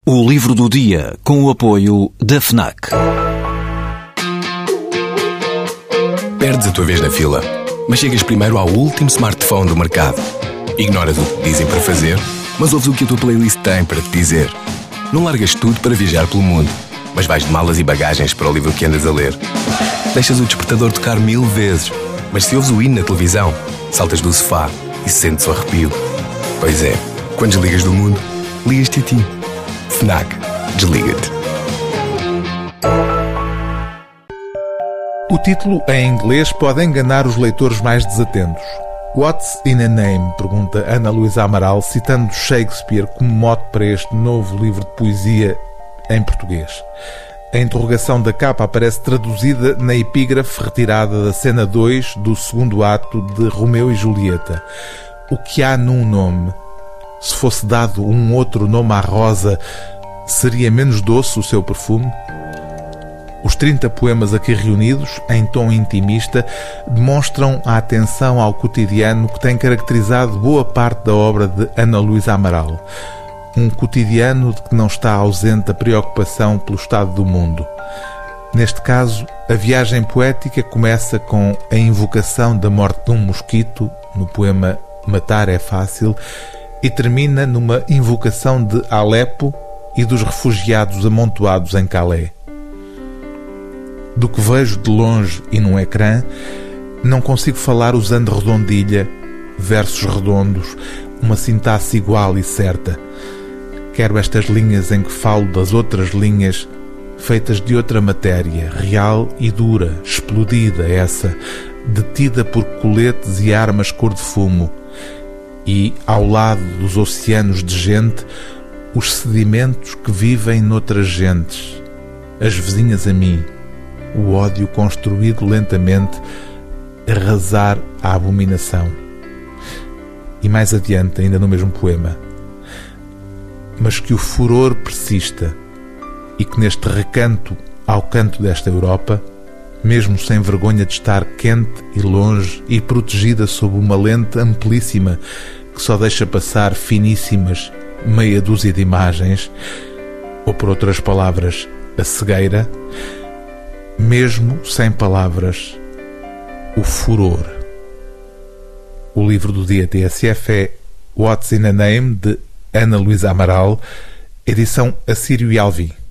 O livro do dia, com o apoio da FNAC. Perdes a tua vez na fila, mas chegas primeiro ao último smartphone do mercado. Ignoras o que te dizem para fazer, mas ouves o que a tua playlist tem para te dizer. Não largas tudo para viajar pelo mundo, mas vais de malas e bagagens para o livro que andas a ler. Deixas o despertador tocar 1000 vezes, mas se ouves o hino na televisão, saltas do sofá e sentes o arrepio. Pois é, quando desligas do mundo, ligas-te a ti. FNAC. Desliga-te. O título em inglês pode enganar os leitores mais desatentos. What's in a Name? Pergunta Ana Luísa Amaral, citando Shakespeare como mote para este novo livro de poesia em português. A interrogação da capa aparece traduzida na epígrafe retirada da cena 2 do segundo ato de Romeu e Julieta. O que há num nome? Se fosse dado um outro nome à rosa, seria menos doce o seu perfume? Os 30 poemas aqui reunidos, em tom intimista, demonstram a atenção ao cotidiano que tem caracterizado boa parte da obra de Ana Luísa Amaral. Um cotidiano de que não está ausente a preocupação pelo estado do mundo. Neste caso, a viagem poética começa com a invocação da morte de um mosquito, no poema Matar é Fácil, e termina numa invocação de Alepo e dos refugiados amontoados em Calais. Do que vejo de longe e num ecrã, não consigo falar usando redondilha, versos redondos, uma sintaxe igual e certa. Quero estas linhas em que falo das outras linhas, feitas de outra matéria, real e dura, explodida essa, detida por coletes e armas cor de fumo. E, ao lado dos oceanos de gente, os sedimentos que vivem noutras gentes, as vizinhas a mim, o ódio construído lentamente, arrasar a abominação. E mais adiante, ainda no mesmo poema, mas que o furor persista e que neste recanto ao canto desta Europa, mesmo sem vergonha de estar quente e longe e protegida sob uma lente amplíssima que só deixa passar finíssimas meia dúzia de imagens, ou por outras palavras, a cegueira, mesmo sem palavras, o furor. O livro do dia TSF é What's in a Name, de Ana Luísa Amaral, edição Assírio e Alvim.